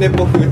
根っぽく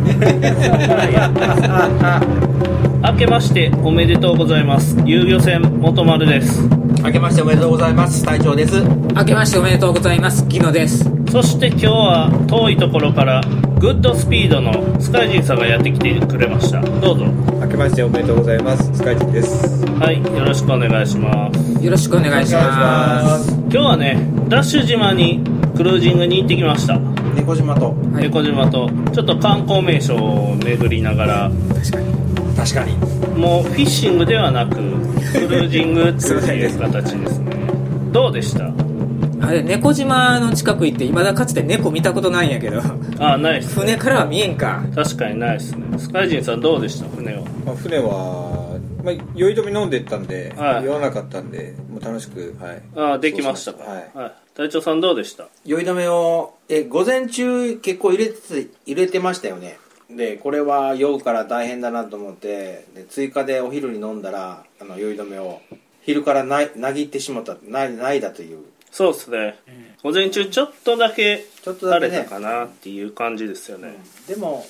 明けましておめでとうございます。遊漁船元丸です。 明けましておめでとうございます。隊長です。 明けましておめでとうございます。ギノです。 そして今日は遠いところからグッドスピードのスカイジンさんがやってきてくれました。どうぞ。 明けましておめでとうございます。スカイジンです。 はい、よろしくお願いします。 よろしくお願いします。 今日はね、ダッシュ島にクルージングに行ってきました。 猫島と、 猫島とちょっと観光名所を巡りながら、 確かにもうフィッシングではなくクルージングっていう形ですね。どうでした？ あれ、猫島の近く行って未だかつて猫見たことないんやけど。 あ、ないっすね。 船からは見えんか。 確かにないっすね。スカイジンさんどうでした？船は。 船は、酔い止め飲んでったんで、 はい、 酔わなかったんで、もう楽しく、 できましたか。 はい。 隊長さんどうでした？ 酔い止めを午前中結構入れてましたよね。でこれは酔うから大変だなと思って、で追加でお昼に飲んだら酔い止めを昼からなぎってしまった、ないだという。 そうですね、午前中ちょっとだけ垂れたかね、 なっていう感じですよね、 でも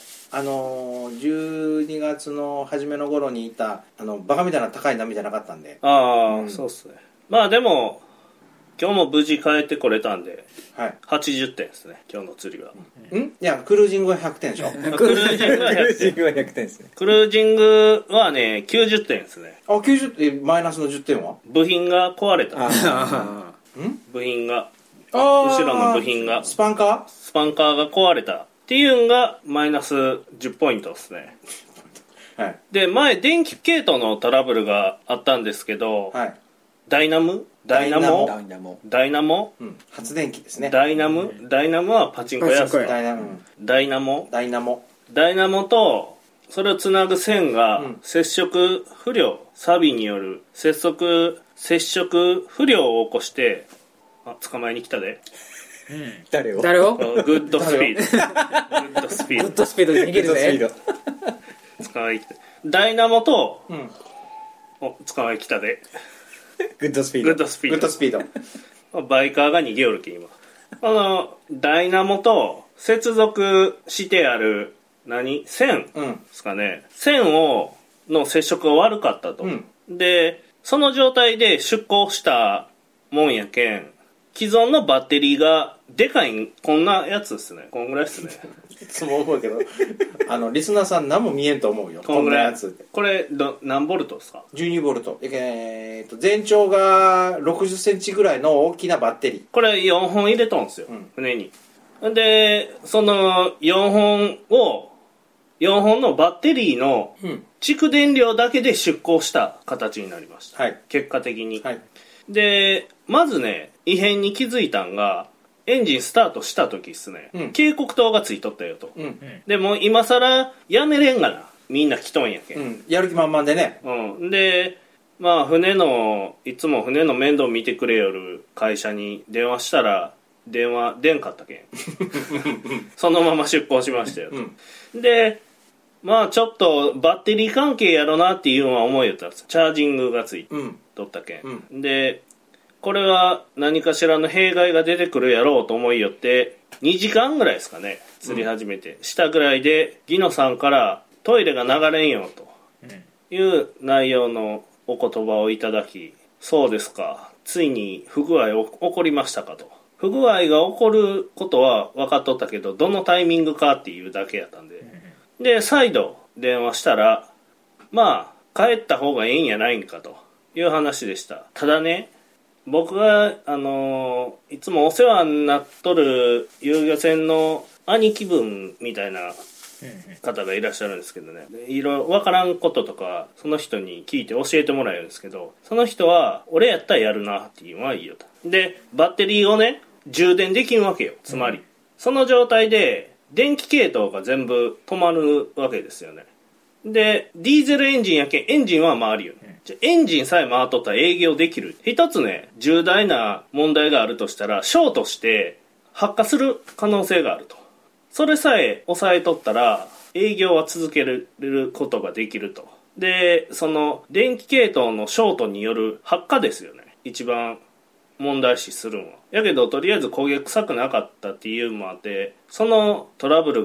12月の初めの頃にいたバカみたいな高い波じゃなかったんで。 そうですね。まあでも今日も無事帰ってこれたんで、 はい、 80点ですね、今日の釣りは。 いや、クルージングは100点でしょ。 クルージングは100点ですね。 クルージングはね、90点ですね。 あ、90点、マイナスの10点は部品が壊れた。部品が、後ろの部品が、 スパンカーが壊れたっていうのがマイナス10ポイントですね。 はい。 で、前電気系統のトラブルがあったんですけど、 はい、 ダイナモ、 発電機ですね。 ダイナモはパチンコ屋ですか。ダイナモとそれをつなぐ線が接触不良、錆による接触不良を起こして、捕まえに来たで。 誰を？ グッドスピード。グッドスピードで逃げるぜ。 捕まえに来た。ダイナモと、捕まえに来たで。 グッドスピード。 バイカーが逃げよるけ今。ダイナモと接続してある線ですかね。線の接触が悪かったと。で、その状態で出航したもんやけん、既存のバッテリーがでかいこんなやつですね。こんぐらいですね。 いつも思うけどリスナーさん何も見えんと思うよ。こんなやつ。 これ何ボルトですか ？12ボルト。全長が60センチぐらいの大きなバッテリー。 これ4本入れとんですよ、船に。でその4本のバッテリーの蓄電量だけで出航した形になりました、結果的に、でまずね、異変に気づいたんが、エンジンスタートした時っすね、警告灯がついとったよと、でも今さらやめれんがな、みんな来とんやけん、 やる気満々でね、 でいつも船の面倒見てくれよる会社に電話したら電話出んかったけんそのまま出航しましたよと、でちょっとバッテリー関係やろなっていうのは思いよったんです。チャージングがついとったけん、でこれは何かしらの弊害が出てくるやろうと思いよって2時間ぐらいですかね、釣り始めて、したぐらいでギノさんからトイレが流れんよという内容のお言葉をいただき、そうですか、ついに不具合起こりましたかと。不具合が起こることは分かっとったけど、どのタイミングかっていうだけやったんで、で再度電話したら、帰った方がええんやないんかという話でした。ただね、僕がいつもお世話になっとる遊漁船の兄貴分みたいな方がいらっしゃるんですけどね、いろいろ分からんこととかその人に聞いて教えてもらえるんですけど、その人は俺やったらやるなっていうのはいいよと。でバッテリーをね、充電できんわけよ。つまり、その状態で電気系統が全部止まるわけですよね。でディーゼルエンジンやけんエンジンは回るよね。エンジンさえ回っとったら営業できる。一つね、重大な問題があるとしたら、ショートして発火する可能性があると。それさえ抑えとったら営業は続けることができると。でその電気系統のショートによる発火ですよね、一番問題視するんは。やけどとりあえず焦げ臭くなかったっていうのもあって、そのトラブルが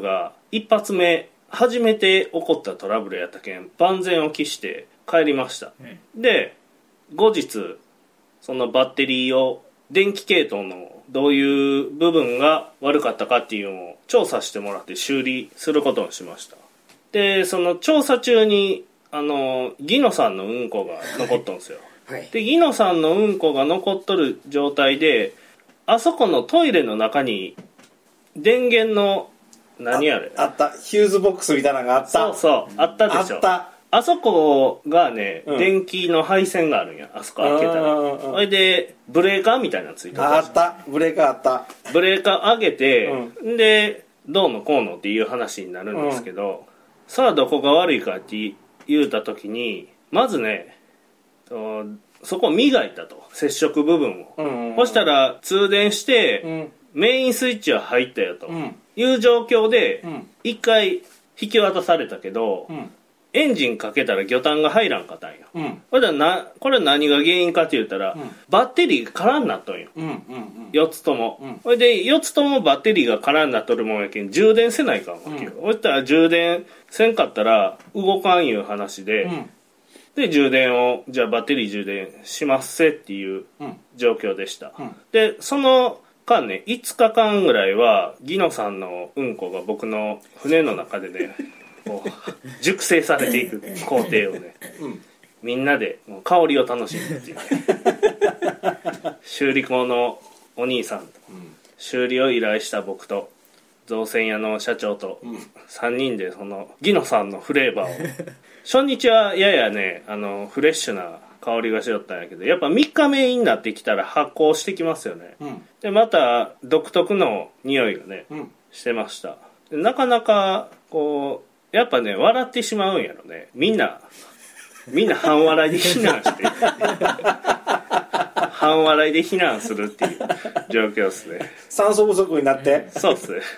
一発目初めて起こったトラブルやったけん万全を期して帰りました、で後日そのバッテリーを電気系統のどういう部分が悪かったかっていうのを調査してもらって修理することにしました。でその調査中にギノさんのうんこが残っとんですよ、はい、でギノさんのうんこが残っとる状態であそこのトイレの中に電源の何あれあったヒューズボックスみたいなのがあった。 そうそうあったでしょ。あった。あそこがね、電気の配線があるんや。あそこ開けたらそれでブレーカーみたいなのついてた。あったブレーカーあった。 ブレーカー上げて、でどうのこうのっていう話になるんですけど、さあどこが悪いかって言うた時にまずねそこを磨いたと接触部分を、そしたら通電して、メインスイッチは入ったよと、いう状況で一回引き渡されたけど、エンジンかけたら魚探が入らんかったんよ、これ何が原因かって言ったら、バッテリーが空になっとんよ、4つとも、これで4つともバッテリーが空になっとるもんやけん充電せないかんわけよ、そしたら充電せんかったら動かんいう話で、で充電をじゃあバッテリー充電しますせっていう状況でした、でその間ね5日間ぐらいはギノさんのうんこが僕の船の中でねこう熟成されていく工程をね、みんなでもう香りを楽しむっていうね修理工のお兄さんと、修理を依頼した僕と造船屋の社長と3人でそのギノさんのフレーバーを初日はややねフレッシュな香りがしよったんやけど、やっぱ3日目になってきたら発酵してきますよね、でまた独特の匂いがね、してました。でなかなかこうやっぱね笑ってしまうんやろね、みんな半笑いで非難して半笑いで非難するっていう状況ですね。 酸素不足になってそうっすね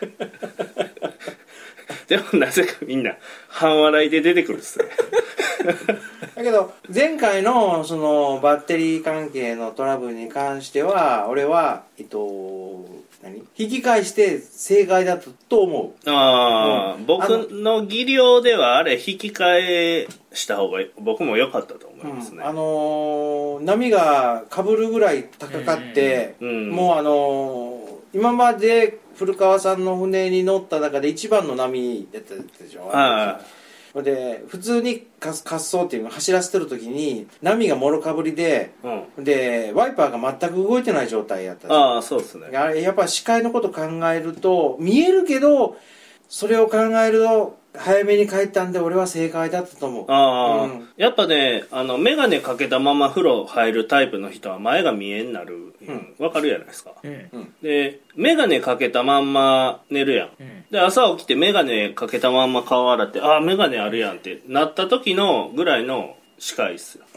でもなぜかみんな半笑いで出てくるっすねだけど前回のそのバッテリー関係のトラブルに関しては俺は引き返して正解だと思う。 僕の技量ではあれ引き返した方が僕も良かったと思いますね、 波がかぶるぐらい高かって、もう今まで古川さんの船に乗った中で一番の波だったでしょ。で普通に滑走っていうのを走らせてる時に波がもろかぶりで、でワイパーが全く動いてない状態やった。 そうですね。 あれやっぱ視界のこと考えると見えるけど、それを考えると早めに帰ったんで俺は正解だったと思う。 やっぱね眼鏡かけたまま風呂入るタイプの人は前が見えになる、わかるじゃないですか、で眼鏡かけたまんま寝るやん、で朝起きて眼鏡かけたまんま顔洗って眼鏡あるやんってなった時のぐらいの視界っすよ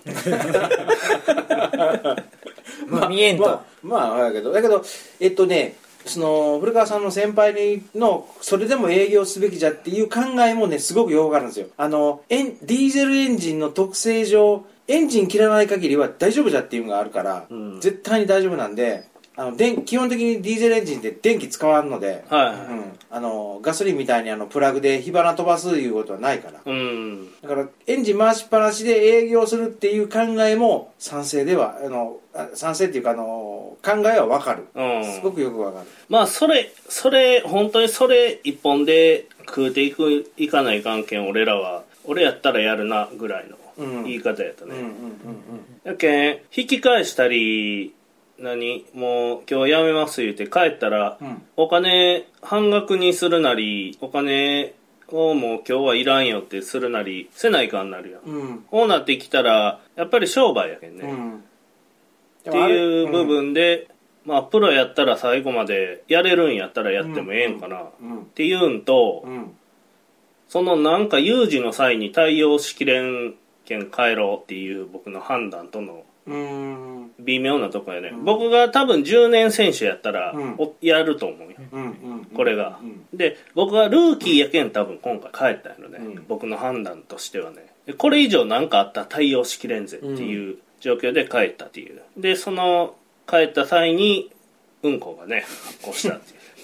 見えんとだけどその古川さんの先輩のそれでも営業すべきじゃっていう考えもねすごくよくわかるんですよ。ディーゼルエンジンの特性上エンジン切らない限りは大丈夫じゃっていうのがあるから、絶対に大丈夫なんで、基本的にディーゼルエンジンって電気使わんので、ガソリンみたいにプラグで火花飛ばすいうことはないから、だからエンジン回しっぱなしで営業するっていう考えも賛成では賛成っていうか考えは分かる、すごくよく分かる。 まあそれ本当にそれ一本で食うていかない関係俺やったらやるなぐらいの言い方やったね。やけん引き返したりもう今日やめます言って帰ったら、お金半額にするなりお金をもう今日はいらんよってするなりせないかんなるやん、こうなってきたらやっぱり商売やけんね、っていう部分で、まあプロやったら最後までやれるんやったらやってもええんかなっていうんと、そのなんか有事の際に対応しきれんけん帰ろうっていう僕の判断との微妙なとこやね、僕が多分10年選手やったら、やると思うよ、これが、で僕がルーキーやけん多分今回帰ったんやろね、僕の判断としてはね、これ以上何かあったら対応しきれんぜっていう状況で帰ったっていう。でその帰った際にうんこがね発酵したっていう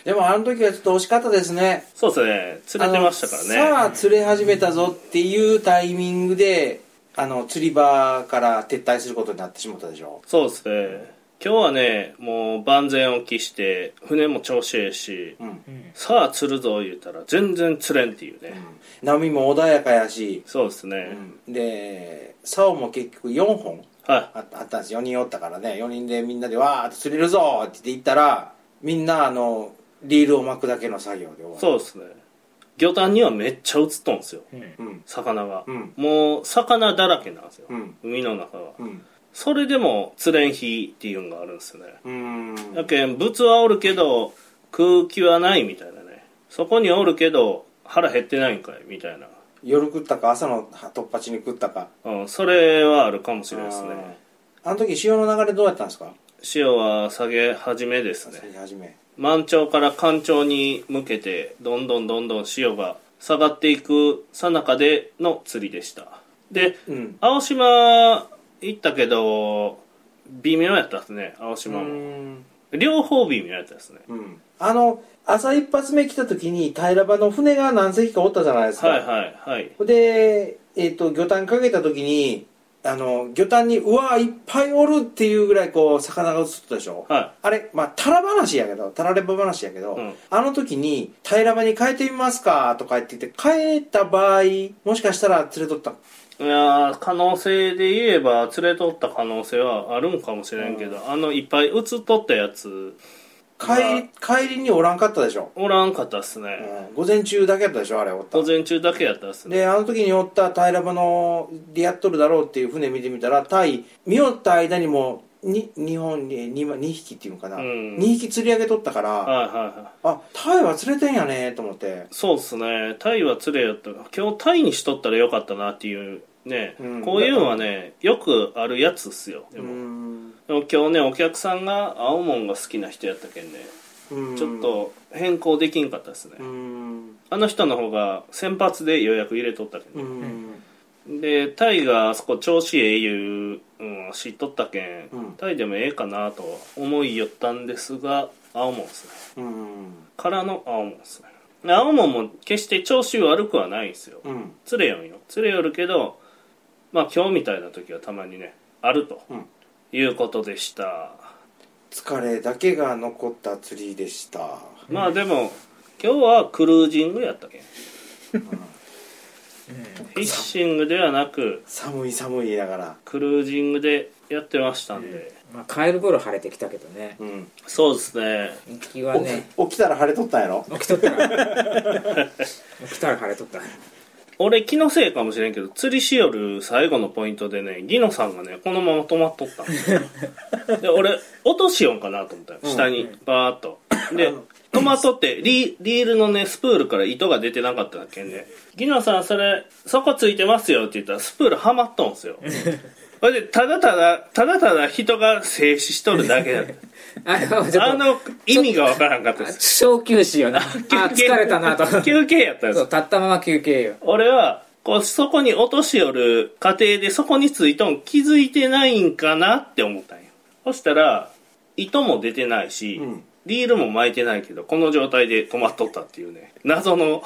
でもあの時はちょっと惜しかったですね。 そうですね、釣れてましたからね。 さあ釣れ始めたぞっていうタイミングで釣り場から撤退することになってしまったでしょ。 そうですね。今日はね、もう万全を期して船も調子ええし、さあ釣るぞ言うたら全然釣れんっていうね、 波も穏やかやし、 そうですね、 で竿も結局4本あったんです。4人おったからね、4人でみんなでわーって釣れるぞって言ったら、みんなリールを巻くだけの作業で終わる。 そうですね。魚探にはめっちゃ映っとんですよ、魚が、もう魚だらけなんですよ、海の中は、それでも釣れん日っていうのがあるんですよね。だけん物はおるけど空気はないみたいなね。そこにおるけど腹減ってないんかいみたいな。 夜食ったか朝の突破地に食ったか、 それはあるかもしれないですね。 あの時潮の流れどうやったんですか？ 潮は下げ始めですね。 下げ始め、 満潮から干潮に向けてどんどん潮が下がっていく最中での釣りでした。で、青島行ったけど微妙やったですね。青島も両方微妙やったですね。 朝一発目来た時に平場の船が何隻かおったじゃないですか。で魚探かけた時に魚探にうわいっぱいおるっていうぐらいこう魚が映ったでしょ、あれたられば話やけど、あの時に平場に変えてみますかとか言って変えた場合もしかしたら釣れとった。 いや可能性で言えば釣れとった可能性はあるんかもしれんけど、いっぱい映っとったやつ帰りにおらんかったでしょ。 おらんかったっすね、 午前中だけやったでしょ。あれおった午前中だけやったっすね。 であの時におった平場のでやっとるだろうっていう船見てみたら、タイ見よった間にも2本に 2匹っていうのかな、2匹釣り上げとったから、タイは釣れてんやねと思って。 そうっすね、タイは釣れよった。今日タイにしとったらよかったなっていうね、こういうのはねよくあるやつっすよ。でも今日ねお客さんが青もんが好きな人やったけんね、ちょっと変更できんかったですね。あの人の方が先発で予約入れとったけんね、でタイがあそこ調子ええいう、知っとったけん、タイでもええかなと思いよったんですが青もんですね、からの青もんですね。青もんも決して調子悪くはないんですよ、釣れよんよ、釣れよるけど今日みたいな時はたまにねあると、いうことでした。 疲れだけが残った釣りでした。 でも今日はクルージングやったけんフィッシングではなく寒い言いながらクルージングでやってましたんで、 帰る頃晴れてきたけどね、 そうですね。 行きはね起きたら晴れとったんやろ。 起きたら晴れとった。 俺気のせいかもしれんけど釣りしよる最後のポイントでねギノさんがねこのまま止まっとったで俺落としよんかなと思ったよ、下にバーッとで止まっとってリールのねスプールから糸が出てなかっただけで、ギノさんそこついてますよって言ったらスプールはまっとんすよそれでただただ人が静止しとるだけだ意味がわからんかったです。 小休止よな。疲れたなと。 休憩やったんです。 そう、立ったまま休憩よ。 俺はそこに落としよる過程でそこについとん気づいてないんかなって思ったんよ。そしたら糸も出てないし、リールも巻いてないけどこの状態で止まっとったっていうね、謎の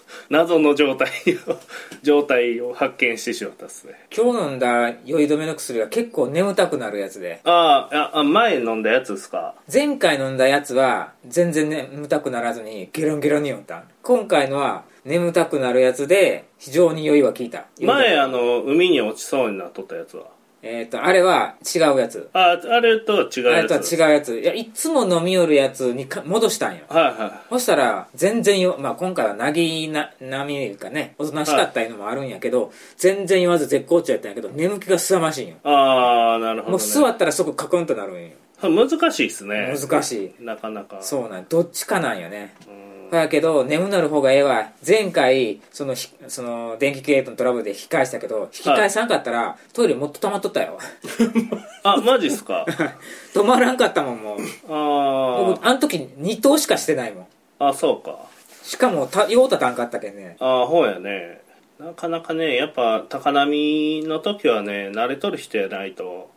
状態を発見してしまったっすね。 今日飲んだ酔い止めの薬が結構眠たくなるやつで。 前飲んだやつですか。 前回飲んだやつは全然眠たくならずにゲロンゲロンに酔った。今回のは眠たくなるやつで非常に酔いは効いた。 前海に落ちそうになっとったやつはあれは違うやつ。 あれとは違うやつ。 あれとは違うやつ。いつも飲み寄るやつに戻したんよ。そしたら全然今回はなぎ並みかね、おとなしかったいうのもあるんやけど、全然言わず絶好調やったんやけど、眠気がすさましいんよ。 なるほど、ね。 もう座ったらそこカクンとなるんよ。 難しいっすね。 難しい。 なかなか。 そうなん、どっちかなんよね。だけど眠なる方がええわ。前回その電気系統のトラブルで引き返したけど、引き返さなかったらトイレもっと溜まっとったよマジっすか止まらんかったもん。もう僕あの時2投しかしてないもん。 そうか。 しかも用たたんかったけんね。 ほうやね。なかなかねやっぱ高波の時はね慣れとる人やないと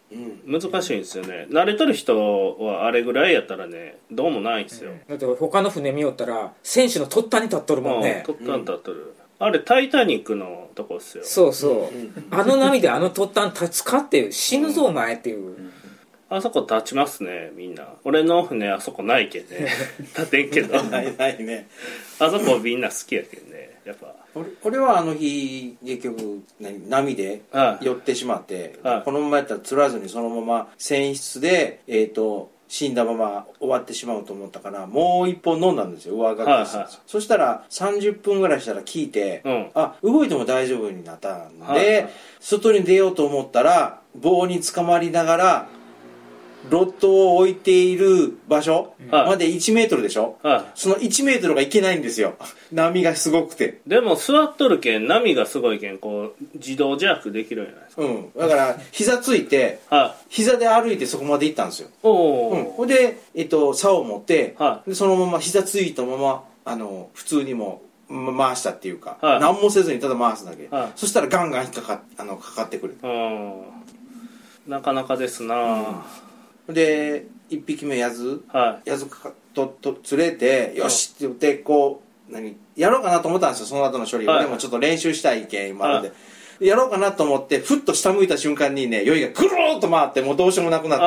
難しいんですよね。慣れとる人はあれぐらいやったらねどうもないんですよ、 だって他の船見よったら選手の突端に立っとるもんね。 突端に立っとる、あれタイタニックのとこっすよ。 そうそう、あの波であの突端立つかっていう、死ぬぞお前っていう、 あそこ立ちますねみんな。俺の船あそこないけんね立てんけどないね。 あそこみんな好きやけんねやっぱ。 俺はあの日結局波で寄ってしまって、このままやったら釣らずにそのまま船室で死んだまま終わってしまうと思ったからもう一本飲んだんですよ、上書きしたんですよ、そしたら30分ぐらいしたら聞いて、動いても大丈夫になったんで、外に出ようと思ったら棒に捕まりながらロッドを置いている場所まで1メートルでしょ、その1メートルがいけないんですよ、波がすごくて。 でも座っとるけん波がすごいけんこう自動ジャークできるんじゃないですか。 だから膝ついて膝で歩いてそこまで行ったんですよ。ほんで竿を持って、でそのまま膝ついたまま普通にも回したっていうか、何もせずにただ回すだけ、そしたらガンガンかかってくる。 なかなかですな。 で1匹目やずと釣れて、よしって言ってこうやろうかなと思ったんですよ、その後の処理を。でもちょっと練習したいけん今まで、やろうかなと思ってふっと下向いた瞬間にね、酔いがぐるーっと回ってもうどうしようもなくなって、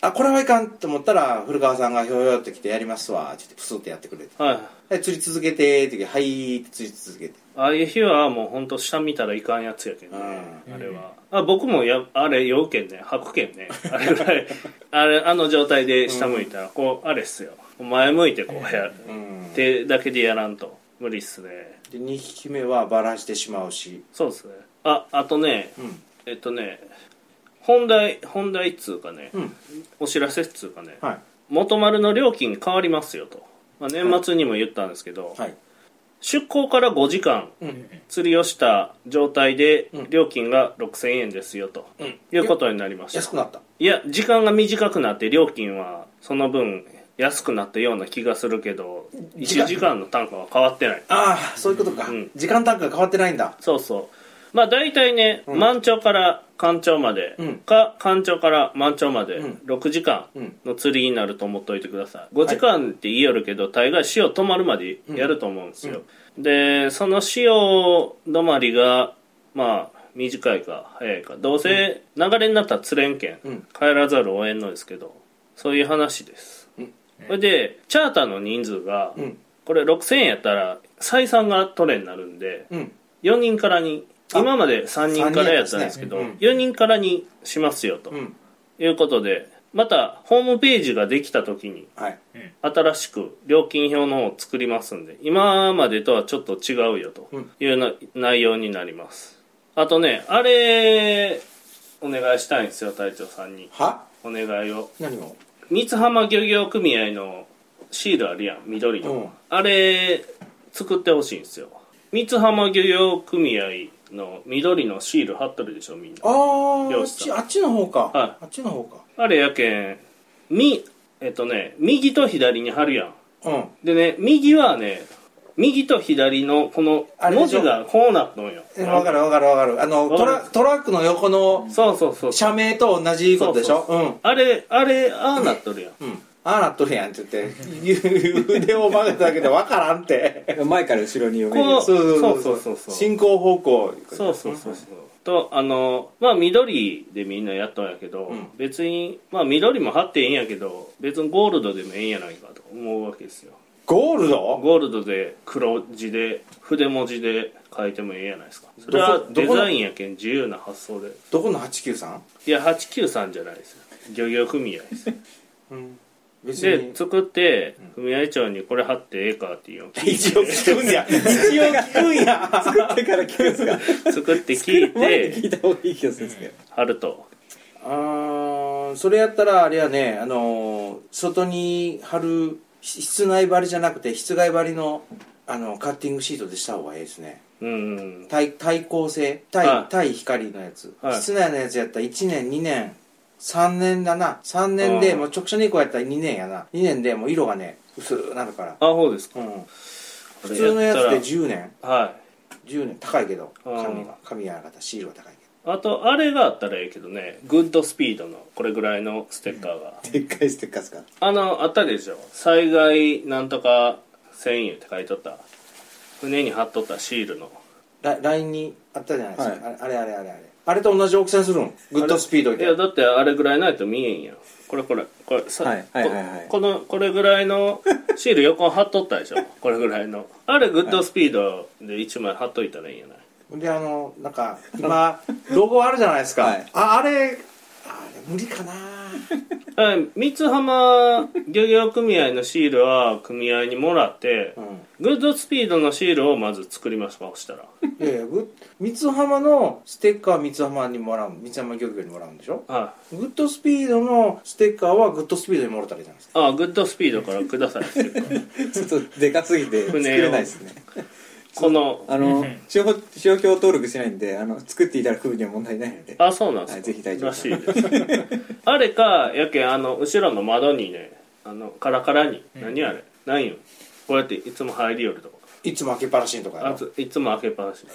これはいかんと思ったら古川さんがひょよって来てやりますわって言ってプスってやってくれて、釣り続けてって言って、はいって釣り続けて。 ああいう日はもう本当下見たらいかんやつやけんね、あれは。僕もあれ酔うけんね、吐くけんね、あれぐらいあの状態で下向いたらこうあれっすよ、前向いてこう手だけでやらんと無理っすね。 で2匹目はバラしてしまうし。 そうですね。あとね、本題っつうかね、お知らせっつうかね、元丸の料金変わりますよと、年末にも言ったんですけど、出港から5時間釣りをした状態で料金が6000円ですよということになりました。 安くなった？ いや、時間が短くなって料金はその分安くなったような気がするけど、1時間の単価は変わってない。 そういうことか、時間単価が変わってないんだ。 そうそう。大体ね、満潮から干潮までか干潮から満潮まで6時間の釣りになると思っておいてください。5時間って言いよるけど大概潮止まるまでやると思うんですよ。でその潮止まりが短いか早いか、どうせ流れになったら釣れんけん帰らざるを得んのですけど、そういう話です。それでチャーターの人数がこれ6000円やったら採算が取れになるんで、4人からに今まで3人からやったんですけど、4人からにしますよということで、またホームページができた時に新しく料金表の方を作りますんで、今までとはちょっと違うよという内容になります。あとね、あれお願いしたいんですよ、隊長さんに。お願いを。 何を？ 三津浜漁業組合のシールあるやん、緑の、あれ作ってほしいんですよ。三津浜漁業組合の緑のシール貼っとるでしょみんな。 あっちの方か、あっちの方か。 あれやけん右と左に貼るやん、でね、右はね、右と左のこの文字がこうなっとんよ。 わかるトラックの横の社名と同じことでしょ。 あれああなっとるやん、 ああなっとるやんって言って腕を曲げただけで分からんって前から後ろに読める。 そう進行方向。 そうと緑でみんなやっとんやけど、別に緑も貼ってええんやけど別にゴールドでもええんやないかと思うわけですよ。 ゴールドで黒字で筆文字で書いてもええやないですか。それはデザインやけん自由な発想で。 どこの 893？ いや893じゃないですよ、漁業組合ですで作って組合長にこれ貼ってええかっていうのを聞いて、 一応聞くんや作ってから聞くんですか？ 作って聞いて聞いた方がいい気がするんですけど、 貼るとそれやったらあれやね、外に貼る室内張りじゃなくて室外張りのカッティングシートでした方がいいですね。対光性対光のやつ、室内のやつやったら1年2年3年だな。3年でもう直射日光やったら2年やな。2年でもう色がね薄くなるから。 そうですか。 普通のやつで10年。 10 年高いけど紙やらかったシールが高いけあとあれがあったらいいけどね、グッドスピードのこれぐらいのステッカーがでっかいステッカーですか。 あったでしょ、災害なんとか1000円って書いとった、船に貼っとったシールのラインにあったじゃないですか、はい、あれと同じ大きさにするん、グッドスピードで。 いやだってあれぐらいないと見えんやん。これこれぐらいのシール横に貼っとったでしょこれぐらいのあれグッドスピードで1枚貼っといたらいいんやない。 でなんか今ロゴあるじゃないですか、はい、あれ無理かな三津浜漁業組合のシールは組合にもらって、グッドスピードのシールをまず作りますか。そしたら三津浜のステッカーは三津浜にもらう、三津浜漁業にもらうんでしょ、はい、グッドスピードのステッカーはグッドスピードにもらったらいいじゃないですか。 グッドスピードからくださいちょっとでかすぎて作れないですねこの商標登録しないんで作っていただく分には問題ないので。 そうなんですか、 はい、ぜひ大丈夫らしいですあれかやけ後ろの窓にねカラカラに、何あれ何よこうやっていつも入りよるとかいつも開けっぱなしんとかいつも開けっぱなし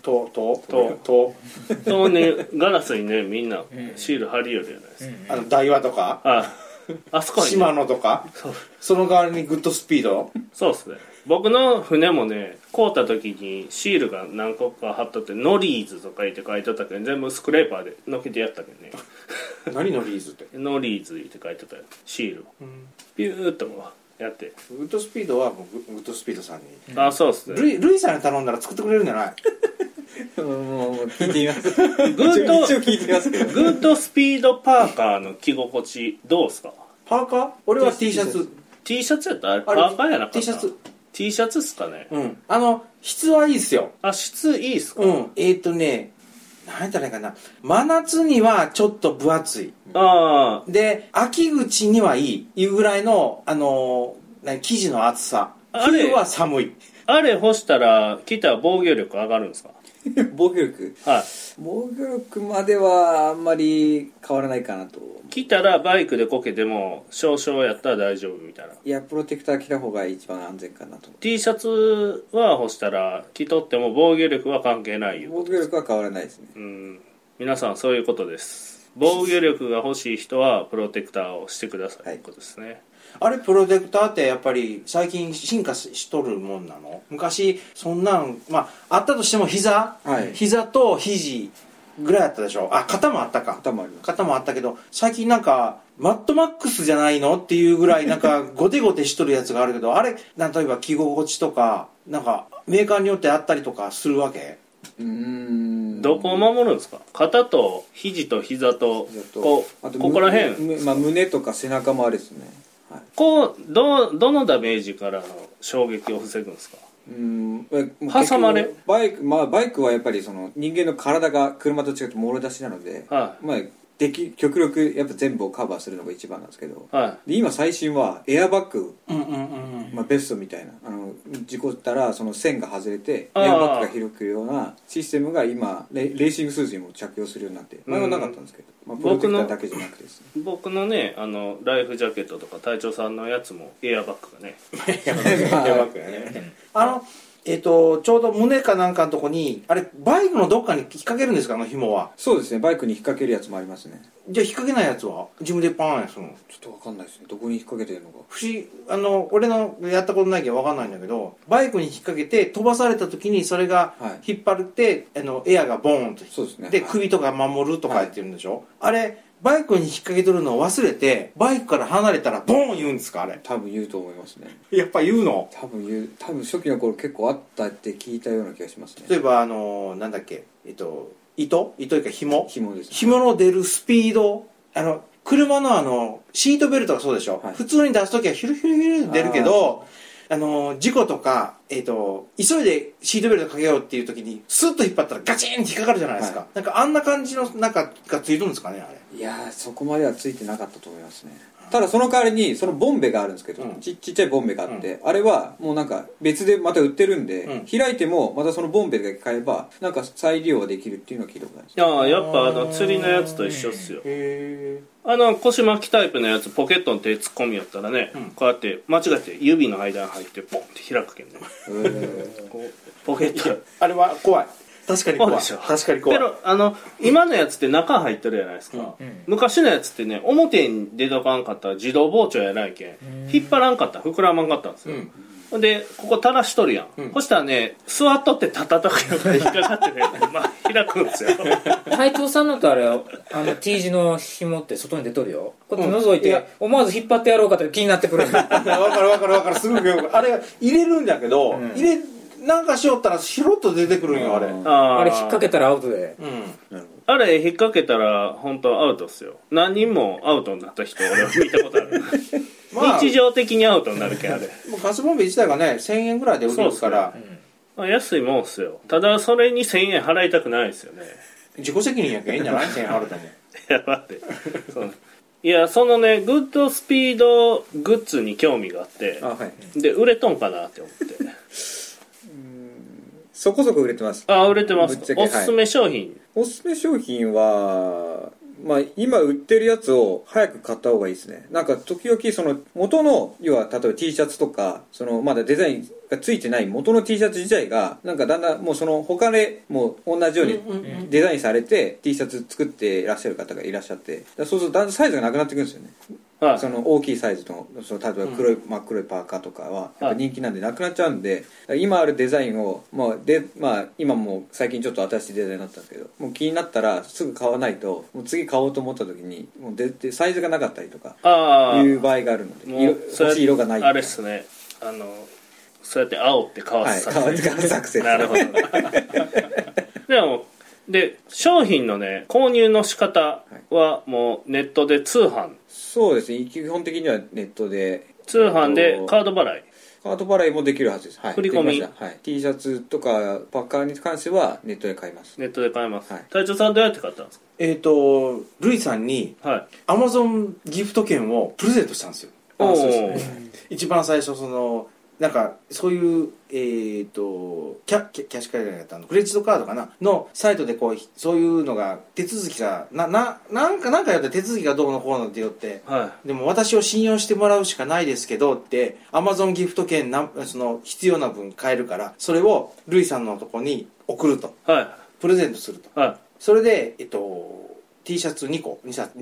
とねガラスにねみんなシール貼りよるじゃないですか、 台湾とかあそこに、ね、島野とかその代わりにグッドスピードそうですね。僕の船もね買うた時にシールが何個か貼っとってノリーズとか言って書いてたけど全部スクレーパーでのけてやったけどね何ノリーズってノリーズって書いてたよシールを、ピューッとやってグッドスピードはもうグッドスピードさんに、そうですね。 ルイさんに頼んだら作ってくれるんじゃないもう聞いてみます一応聞いてみますけどグッドスピードパーカーの着心地どうですか。 パーカー？俺は T シャツ。 T シャツやったらパーカーやなかった。 T シャツっすかね。 質はいいっすよ。 質いいっすか。 何やったらいいかな、真夏にはちょっと分厚い、で秋口にはいいぐらいの生地の厚さ。冬は寒い。 あれ干したら着たら防御力上がるんですか防御力、はい、防御力まではあんまり変わらないかなと。 着たらバイクでこけても少々やったら大丈夫みたいな。 いやプロテクター着た方が一番安全かなと。 T シャツは干したら着とっても防御力は関係ないよ。 防御力は変わらないですね。 皆さんそういうことです。防御力が欲しい人はプロテクターをしてくださいということですね。 あれプロテクターってやっぱり最近進化しとるもんなの？昔そんなんあったとしても膝と肘ぐらいあったでしょ。肩もあったか。肩もあったけど最近なんかマッドマックスじゃないのっていうぐらいなんかゴテゴテしとるやつがあるけどあれ例えば着心地とかなんかメーカーによってあったりとかするわけ？ どこを守るんですか？肩と肘と膝とここら辺、 胸とか背中もあれですね。 どのダメージからの衝撃を防ぐんですか？挟まれバイクはやっぱりその人間の体が車と違ってもろ出しなので、極力やっぱ全部をカバーするのが一番なんですけど、で今最新はエアバッグ、ベストみたいな事故ったらその線が外れてエアバッグが広くようなシステムが今レーシングスーツにも着用するようになって、前はなかったんですけど、プロテクターだけじゃなくてですね、 僕のねライフジャケットとか隊長さんのやつもエアバッグがねエアバッグがねちょうど胸かなんかのとこにあれバイクのどっかに引っ掛けるんですか紐は？ そうですね、バイクに引っ掛けるやつもありますね。 じゃあ引っ掛けないやつは自分でパーンやするの？ ちょっと分かんないですね、どこに引っ掛けてるのか。 俺のやったことないけど分かんないんだけど、バイクに引っ掛けて飛ばされた時にそれが引っ張って、エアがボーンと。 そうですね。 で首とか守るとか言ってるんでしょ、あれバイクに引っ掛けとるのを忘れてバイクから離れたらボーン言うんですか？あれ多分言うと思いますね。 やっぱ言うの？ 多分初期の頃結構あったって聞いたような気がしますね。 例えばなんだっけ糸いうか紐ですね。 紐の出るスピード車のシートベルトがそうでしょ、普通に出すときはヒュルヒュルヒュル出るけど事故とか、急いでシートベルトかけようっていう時にスッと引っ張ったらガチンって引っかかるじゃないですか、なんかあんな感じのなんかがついてるんですかねあれ。 いやそこまではついてなかったと思いますね。ただその代わりにそのボンベがあるんですけど、ちっちゃいボンベがあって、あれはもうなんか別でまた売ってるんで、開いてもまたそのボンベだけ買えばなんか再利用ができるっていうのを聞いたことないです。 やっぱ釣りのやつと一緒っすよ。腰巻きタイプのやつポケットの手突っ込みやったらね、こうやって間違えて指の間に入ってポンって開くけんねポケットあれは怖い。 確かに怖い。確かに怖い。 けど今のやつって中入ってるじゃないですか、昔のやつってね表に出とかんかったら自動包丁やないけん引っ張らんかったら膨らまんかったんですよ、でここ垂らしとるやん、そしたらね座っとってタタタクが引っかかってね開くんですよ。 隊長さんのとあれT 字の紐って外に出とるよ。こうやって覗いて、思わず引っ張ってやろうかって気になってくる。 わかるすごくよくあれ入れるんだけど、なんかしよったらシロッと出てくるんよあれ。 あれ引っ掛けたらアウトで。 あれ引っ掛けたら本当アウトっすよ。何人もアウトになった人俺は見たことある。日常的にアウトになるけんあれ。 もうガスボンベ自体がね1000円ぐらいで売れるから、 安いもんっすよ。ただそれに1000円払いたくないですよね。 自己責任やけんいいんじゃない1000円払っても。 いや待っていやそのねグッドスピードグッズに興味があって、で売れとんかなって思ってそこそこ売れてます。 売れてます。おすすめ商品、 おすすめ商品は今売ってるやつを早く買った方がいいですね。なんか時々その元の要は例えば T シャツとかそのまだデザインがついてない元の T シャツ自体がなんかだんだんもうその他でもう同じようにデザインされて T シャツ作っていらっしゃる方がいらっしゃって、そうするとだんだんサイズがなくなってくるんですよね。その大きいサイズのその例えば真っ黒いパーカーとかはやっぱ人気なんでなくなっちゃうんで、今あるデザインを今もう最近ちょっと新しいデザインになったんですけど、もう気になったらすぐ買わないともう次買おうと思った時にもうサイズがなかったりとかいう場合があるので、欲しい色がないあれっすねそうやって青ってかわす作戦。 なるほど。で商品のね購入の仕方はもうネットで通販。 そうですね、基本的にはネットで通販でカード払いもできるはずです。 振り込み、 T シャツとかパーカーに関してはネットで買います。 ネットで買います。隊長さんどうやって買ったんですか？ ルイさんに Amazon ギフト券をプレゼントしたんですよ。一番最初そのなんかそういうキャッシュカードやったのクレジットカードかなのサイトでこうそういうのが手続きがなんかやって手続きがどうのこうのって言って、でも私を信用してもらうしかないですけどって Amazon ギフト券その必要な分買えるからそれをルイさんのとこに送ると、プレゼントすると、それでT シャツ2着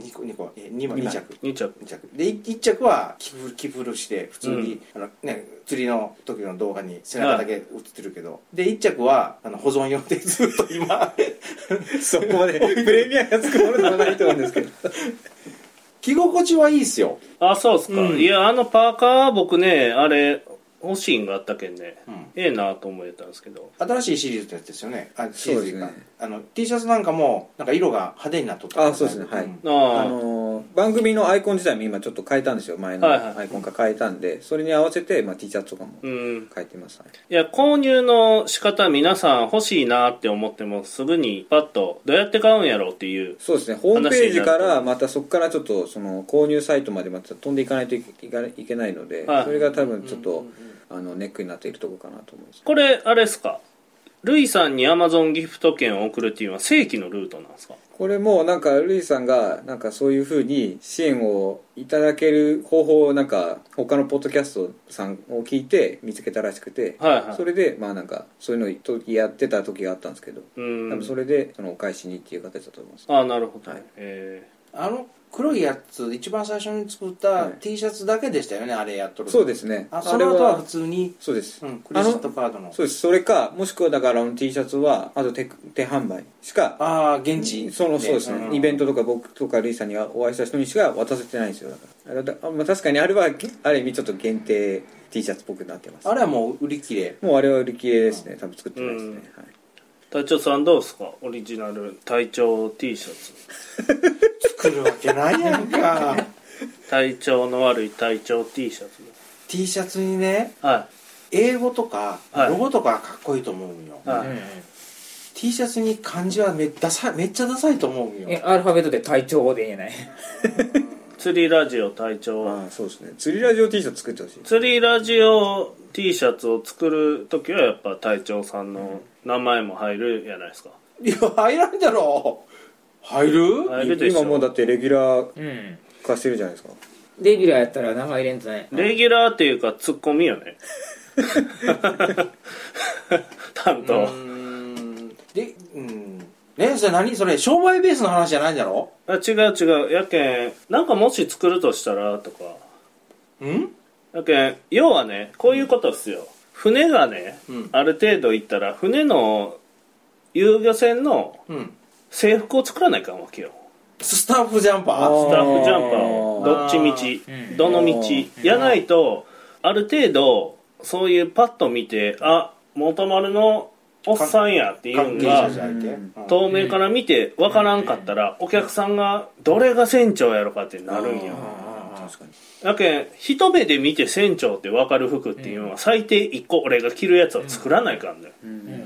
で1着は寄付して普通に、釣りの時の動画に背中だけ映ってるけど、で1着は保存用でずっと今そこまでプレミアがつくものではないと思うんですけど着心地はいいっすよ。 そうっすか、いやパーカー僕ねあれ欲しいんがあったけんね、ええなと思えたんですけど、 新しいシリーズってやつですよね。そうですね。T シャツなんかもなんか色が派手になっとった。 そうですね。番組のアイコン自体も今ちょっと変えたんですよ。前のアイコンから変えたんで、それに合わせてT シャツとかも変えてます。 いや購入の仕方皆さん欲しいなって思ってもすぐにパッとどうやって買うんやろうっていう。 そうですね。ホームページからまたそこからちょっとその購入サイトまでまた飛んでいかないといけないので、それが多分ちょっとネックになっているところかなと思います。 これあれですか、ルイさんに Amazon ギフト券を送るっていうのは正規のルートなんですか？ これもなんかルイさんがなんかそういう風に支援をいただける方法をなんか他のポッドキャストさんを聞いて見つけたらしくて、それでなんかそういうのをやってた時があったんですけど、多分それでそのお返しにっていう形だと思います。 なるほど。 黒いやつ一番最初に作った T シャツだけでしたよね、あれやっとる。 そうですね。 その後は普通にそうです、 クレジットカードのそうです。それかもしくはだからT シャツはあと手販売しか現地そうですね、イベントとか僕とかルイさんにお会いした人にしか渡せてないんですよ。だから確かにあれはある意味ちょっと限定 T シャツっぽくなってます。 あれはもう売り切れ。 もうあれは売り切れですね。多分作ってないですね。 隊長さんどうですか？オリジナル隊長 T シャツ作るわけないやんか体調の悪い隊長 T シャツ T シャツにね、英語とかロゴとかかっこいいと思うんよ、T シャツに漢字はめっちゃダサいと思うんよ。 アルファベットで隊長でいいんじゃない釣りラジオ隊長。 そうですね。釣りラジオ T シャツ作ってほしい。 釣りラジオ T シャツを作るときはやっぱ隊長さんの名前も入るやないですか。 いや入らんだろう。入るでしょ。 今もうだってレギュラー化してるじゃないですか。 レギュラーやったら名前入れんとね。 レギュラーっていうかツッコミよね担当。 でそれ何それ商売ベースの話じゃないんだろ。 違うやけんなんかもし作るとしたらとかやけん要はねこういうことっすよ。船がね、ある程度行ったら船の遊漁船の制服を作らないかんわけよ。 スタッフジャンパースタッフジャンパーをどっちみちどの道やないとある程度そういうパッと見て元丸のおっさんやっていうのが透明から見て分からんかったらお客さんがどれが船長やろかってなるんよ。だけん一目で見て船長って分かる服っていうのは最低1個俺が着るやつは作らないかんだよ。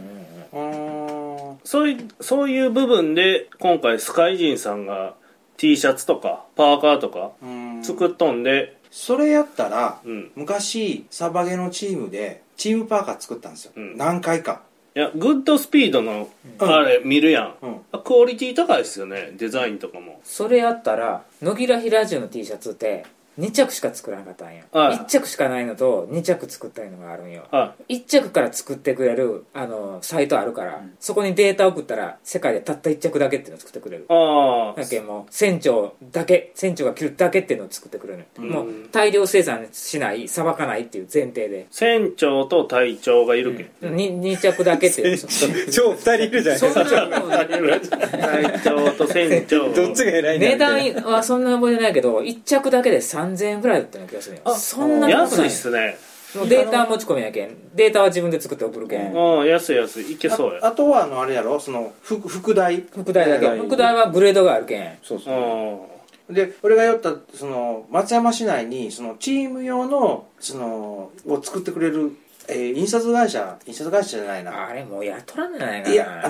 そういう部分で今回スカイジンさんが T シャツとかパーカーとか作っとんで、 それやったら、昔サバゲのチームでチームパーカー作ったんですよ、何回か。 いやグッドスピードのあれ見るやん、クオリティ高いですよねデザインとかも。 それやったら野木らひラジオの T シャツって2着しか作らなかったんや、1着しかないのと2着作ったのがあるんよ、1着から作ってくれるサイトあるから、そこにデータ送ったら世界でたった1着だけっていうのを作ってくれる。だけどもう船長が着るだけっていうのを作ってくれる、もう大量生産しないさばかないっていう前提で船長と隊長がいるけん、 2着だけっていう超2人いるじゃないですか。 隊長と船長どっちが偉いんだ。 値段はそんな覚えてないけど1着だけで3000円ぐらいだったような気がするよ。そんな安いっすね。 データ持ち込みやけん、データは自分で作って送るけん。 安いいけそうや。 あとはあれやろ、その副題だけ。副題はグレードがあるけん。 そうそう。 で俺が寄ったその松山市内にそのチーム用のそのを作ってくれる印刷会社じゃないな。 あれもうやっとらんじゃないかな。 いや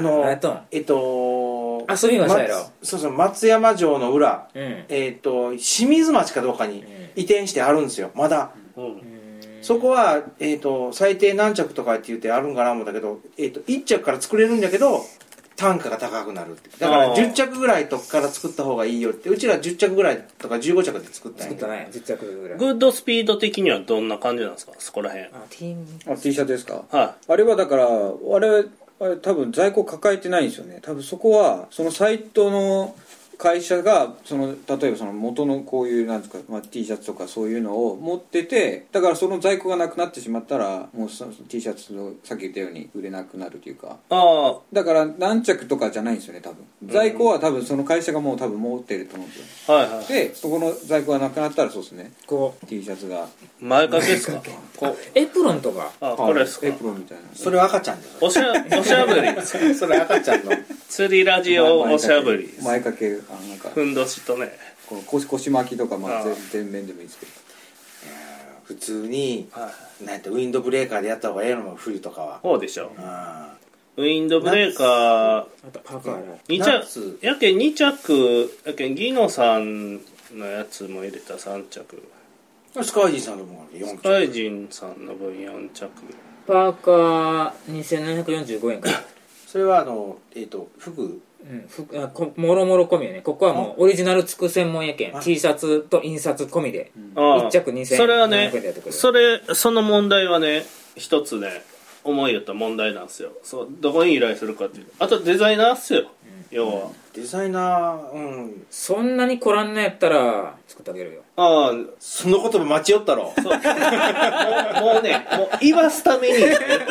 遊びましたやろ。 そう松山城の裏、清水町かどうかに移転してあるんですよまだ。そこは、最低何着とかって言ってあるんかな思ったけど、1着から作れるんだけど単価が高くなるって。だから10着ぐらいとかから作った方がいいよって。うちら10着ぐらいとか15着で作ったんやけど。 ね、10着ぐらい。 グッドスピード的にはどんな感じなんですか、そこら辺。 T シャツですか。 はい。 あれはだからあれ多分在庫抱えてないんですよね。多分そこはそのサイトの会社が例えばその元のこういうなんですか、T シャツとかそういうのを持ってて、だからその在庫がなくなってしまったらもうその T シャツのさっき言ったように売れなくなるというか、だから何着とかじゃないんですよね。多分在庫は多分その会社がもう多分持ってると思うんですよ。でそこの在庫がなくなったらそうですね、T シャツが前掛けですか。 エプロンとか。 これですか。 エプロンみたいな。 それは赤ちゃんだよ。 おしゃぶりそれ赤ちゃんの釣りラジオおしゃぶり。 前掛けなんかふんどしとね、 この腰巻きとか全面でもいいですけど、 普通になんてウィンドブレーカーでやった方がええのも冬とかは。 そうでしょ。ウィンドブレーカー2着やけん2着やけんギノさんのやつも入れた3着。 スカイジンさんの分4着。 スカイジンさんの分4着。 パーカー2745円か。 それは服もろもろ込みやね。ここはもうオリジナルつく専門やけん T シャツと印刷込みで1着2000円。 それはね、その問題はね一つね思いよった問題なんですよ。どこに依頼するかっていう。あとデザイナーっすよ、要は。 デザイナー、 そんなに凝らんのやったら作ってあげるよ。 その言葉待ちよったろ。 もうね、もう言わすために言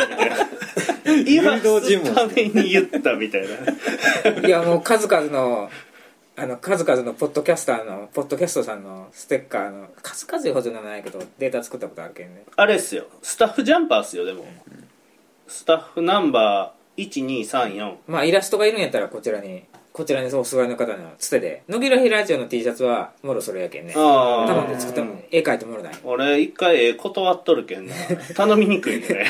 ったみたいな。 いやもう数々のポッドキャストさんのステッカーの数々ほどじゃないけどデータ作ったことあるけんね。 あれっすよ、スタッフジャンパーっすよ。でもスタッフナンバー1234、 イラストがいるんやったらこちらにお座りの方のつてで野木らひラジオの T シャツはもろそれやけんね。頼んで作ったのに絵描いてもろない。 俺一回断っとるけんな。頼みにくいね。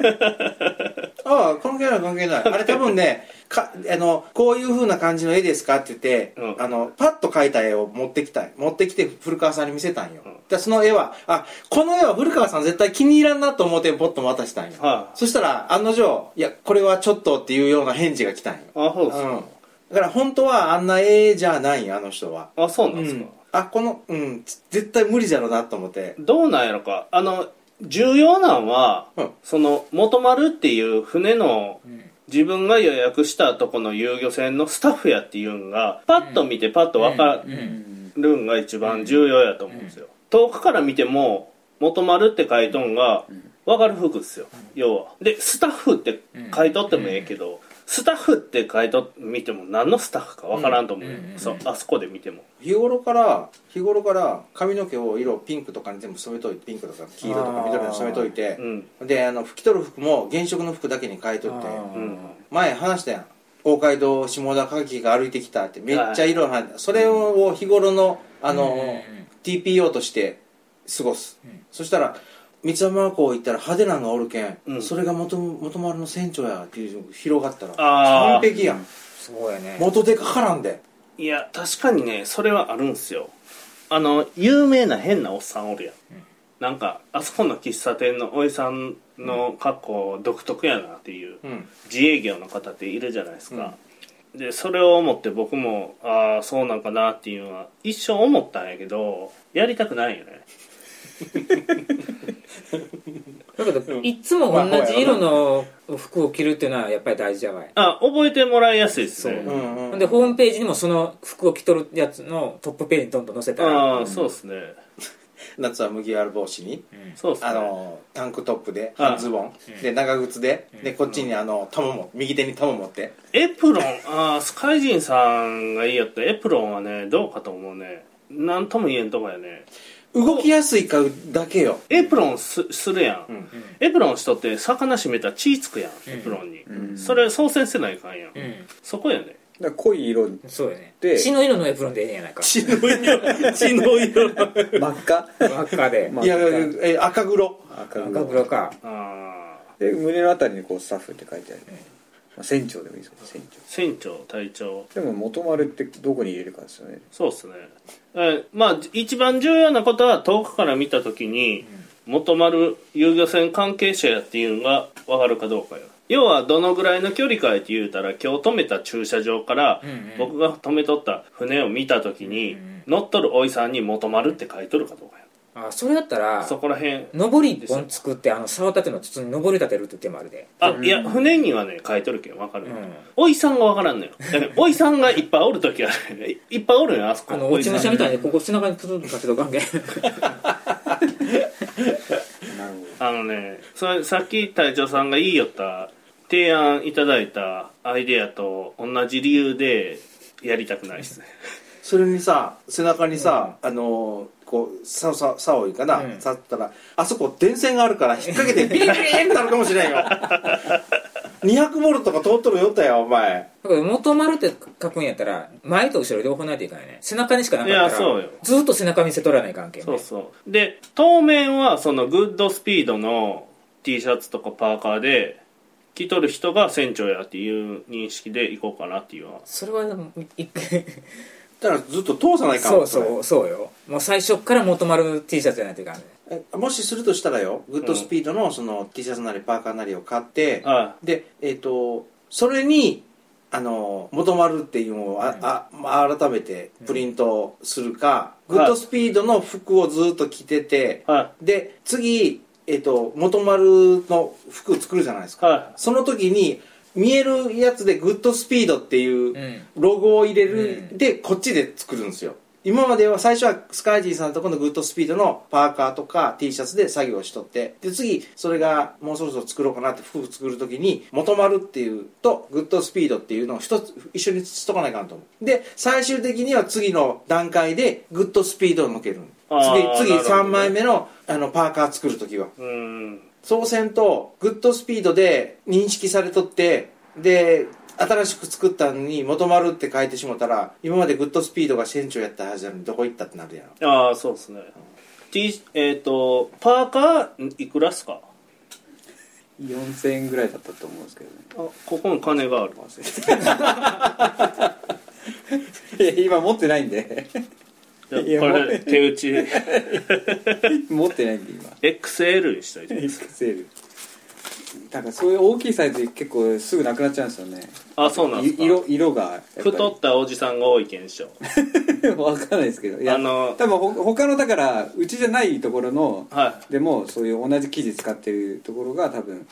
関係ないあれ多分ねこういう風な感じの絵ですかって言って、パッと描いた絵を持ってきて古川さんに見せたんよ。でその絵はこの絵は古川さん絶対気に入らんなと思ってポッと渡したんよ。そしたら案の定いやこれはちょっとっていうような返事が来たんよ。 そうですか。 だから本当はあんな絵じゃないよあの人は。 そうなんですか。 絶対無理じゃろうなと思って。 どうなんやろか。重要なんは、その元丸っていう船の自分が予約したとこの遊漁船のスタッフやっていうんがパッと見てパッと分かるんが一番重要やと思うんですよ。遠くから見ても元丸って書いとんが分かる服ですよ、要は。でスタッフって書いとってもええけど、スタッフって書いと見ても何のスタッフか分からんと思うよ、あそこで見ても。 日頃から髪の毛を色ピンクとかに全部染めといて、ピンクとか黄色とか緑に染めといて、で拭き取る服も原色の服だけに変えといて、前話したやん、大街道下田歌劇が歩いてきたってめっちゃ色入って、それを日頃のTPO として過ごす、そしたら三山港行ったら派手なのがおるけん、それが元丸の船長やっていう広がったら完璧やん。 そうやね、 元手かからんで。 いや確かにね、それはあるんすよ。有名な変なおっさんおるやん、なんかあそこの喫茶店のおじさんの格好独特やなっていう、自営業の方っているじゃないですか、でそれを思って僕もああそうなんかなっていうのは一生思ったんやけど、やりたくないよね。 だけどいつも同じ色の服を着るっていうのはやっぱり大事じゃない。 覚えてもらいやすいですね。 でホームページにもその服を着とるやつのトップページにどんどん載せたら、 そうですね。 夏は麦わら帽子に、 そうですね、 タンクトップで半ズボン、で長靴で、でこっちに玉も右手に玉持って、 エプロン、スカイジンさんがいいやったエプロンはねどうかと思うね。なんとも言えんとこやね。 動きやすいかだけよ。 エプロン するやん、エプロンしとって魚締めたら血つくやん、エプロンに、それ操船せないかんやん、そこやね。 だから濃い色そうやね、血の色のエプロンでええんやないか。 血の色真っ赤真っ赤で、 いや赤黒か。 で胸のあたりにこうスタッフって書いてある、船長でもいいですか。 船長隊長でも元丸ってどこに入れるかですよね。 そうですね。まあ一番重要なことは遠くから見た時に元丸遊漁船関係者やっていうのが分かるかどうかよ。要はどのぐらいの距離かって言うたら、今日止めた駐車場から僕が止めとった船を見た時に乗っとるおいさんに元丸って書いとるかどうかよ。 それだったらそこら辺上り一本作って竿立ての筒に上り立てるって手もあるで。 いや船にはね書いとるけど分かる、おいさんが分からんのよ。だからおいさんがいっぱいおる時はいっぱいおるよあそこ。 落ち武者みたいにここ背中にプツンとかけとかんけん。 それさっき隊長さんが言いよった提案いただいたアイデアと同じ理由でやりたくないですね。 それにさ背中にさ、こう竿いいかな、さったらあそこ電線があるから引っ掛けてビリビリってなるかもしれんよ。200ボルトとか通っとるよったよお前。 だから元丸って書くんやったら前と後ろ両方ないといかないね。背中にしかなかったらそうよ、 ずっと背中見せとらない関係、ね、 そうで当面はそのグッドスピードの T シャツとかパーカーで着とる人が船長やっていう認識でいこうかなっていうのは。 それは一回だからずっと通さないかん。 そうよ。もう最初から元丸 T シャツじゃないといかんね。 もしするとしたらよ、グッドスピードのその T シャツなりパーカーなりを買って、でそれに元丸っていうのを改めてプリントするか、グッドスピードの服をずっと着てて、で次元丸の服作るじゃないですか、その時に見えるやつでグッドスピードっていうロゴを入れる、でこっちで作るんですよ。今までは最初はスカイジーさんのところのグッドスピードのパーカーとか T シャツで作業しとって、で次それがもうそろそろ作ろうかなって服作る時に元丸っていうとグッドスピードっていうのを一緒にしとかないかんと思う。で最終的には次の段階でグッドスピードを向ける。次3枚目のパーカー作る時はそうせんとグッドスピードで認識されとって、で新しく作ったのに元丸って書いてしもたら、今までグッドスピードが船長やったはずなのにどこ行ったってなるやろ。 そうですね。パーカーいくらっすか ？4000円ぐらいだったと思うんですけどね。 ここに金がある。 いや今持ってないんで。 これ手打ち持ってないんで今 XL にしたいと思います。 XL だからそういう大きいサイズ結構すぐなくなっちゃうんですよね。 そうなんですか。 色が太ったおじさんが多いけんでしょ。 分かんないですけど、いや多分他のだからうちじゃないところの、でもそういう同じ生地使ってるところが多分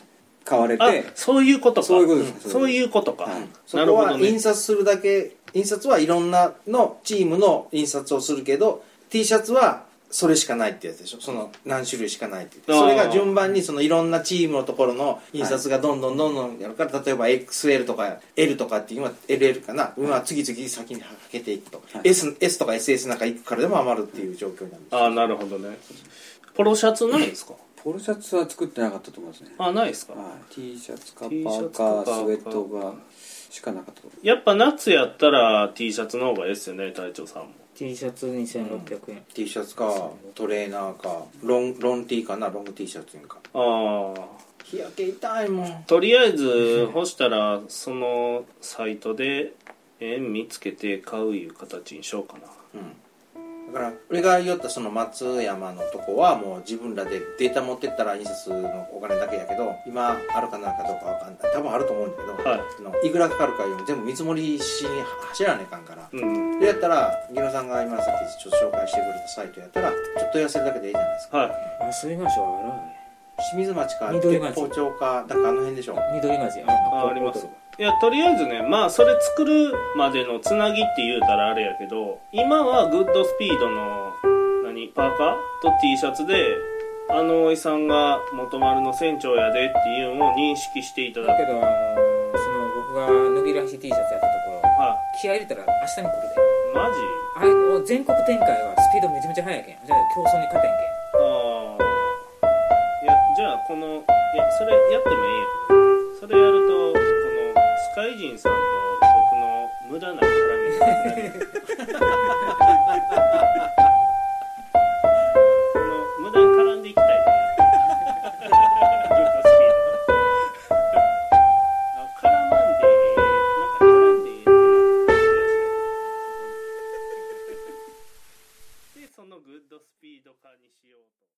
買われて、 そういうことか。 そういうことです。 そういうことか。はい、 そこは印刷するだけ、印刷はいろんなのチームの印刷をするけど、T シャツはそれしかないってやつでしょ。その何種類しかないって。それが順番にそのいろんなチームのところの印刷がどんどんやるから、例えば XL とか L とかっていうのは LL かな、次々先にはけていくと、S とか SS なんかいくからでも余るっていう状況なんです。 なるほどね。ポロシャツないですか？ ポロシャツは作ってなかったと思いますね。 ないですか？ T シャツかパーカー、スウェットがしかなかったと思う。やっぱ夏やったら T シャツの方がいいですよね、隊長さんも。 T シャツ2600円、 T シャツかトレーナーかロン T かな、ロング T シャツか。日焼け痛いもん。 とりあえず干したらそのサイトで円見つけて買ういう形にしようかな。 だから俺が言ったその松山のとこはもう自分らでデータ持ってったら印刷のお金だけやけど、今あるかなかどうかわかんない。多分あると思うんだけど、いくらかかるかよりも全部見積もりしに走らないかんから、でやったらギノさんが今さっきちょっと紹介してくれたサイトやったらちょっと痩せるだけでいいじゃないですか。 そういう場所はあるわね。 清水町か鉄砲町かだからあの辺でしょ。 緑町あります。いやとりあえずね、それ作るまでのつなぎって言うたらあれやけど、今はグッドスピードのパーカーと T シャツでおいさんが元丸の船長やでっていうのを認識していただく。 だけど僕が脱ぎらし T シャツやったところ、気合い入れたら明日に来るで。 マジ？全国展開はスピードめちゃめちゃ速いけん。じゃあ競争に勝てんけん。 じゃあそれやってもいいんやけど、それやるとスカイジンさんと僕の無駄な絡みが無駄に絡んでいきたいとグッドスピード絡まんで絡んででそのグッドスピード化にしようと。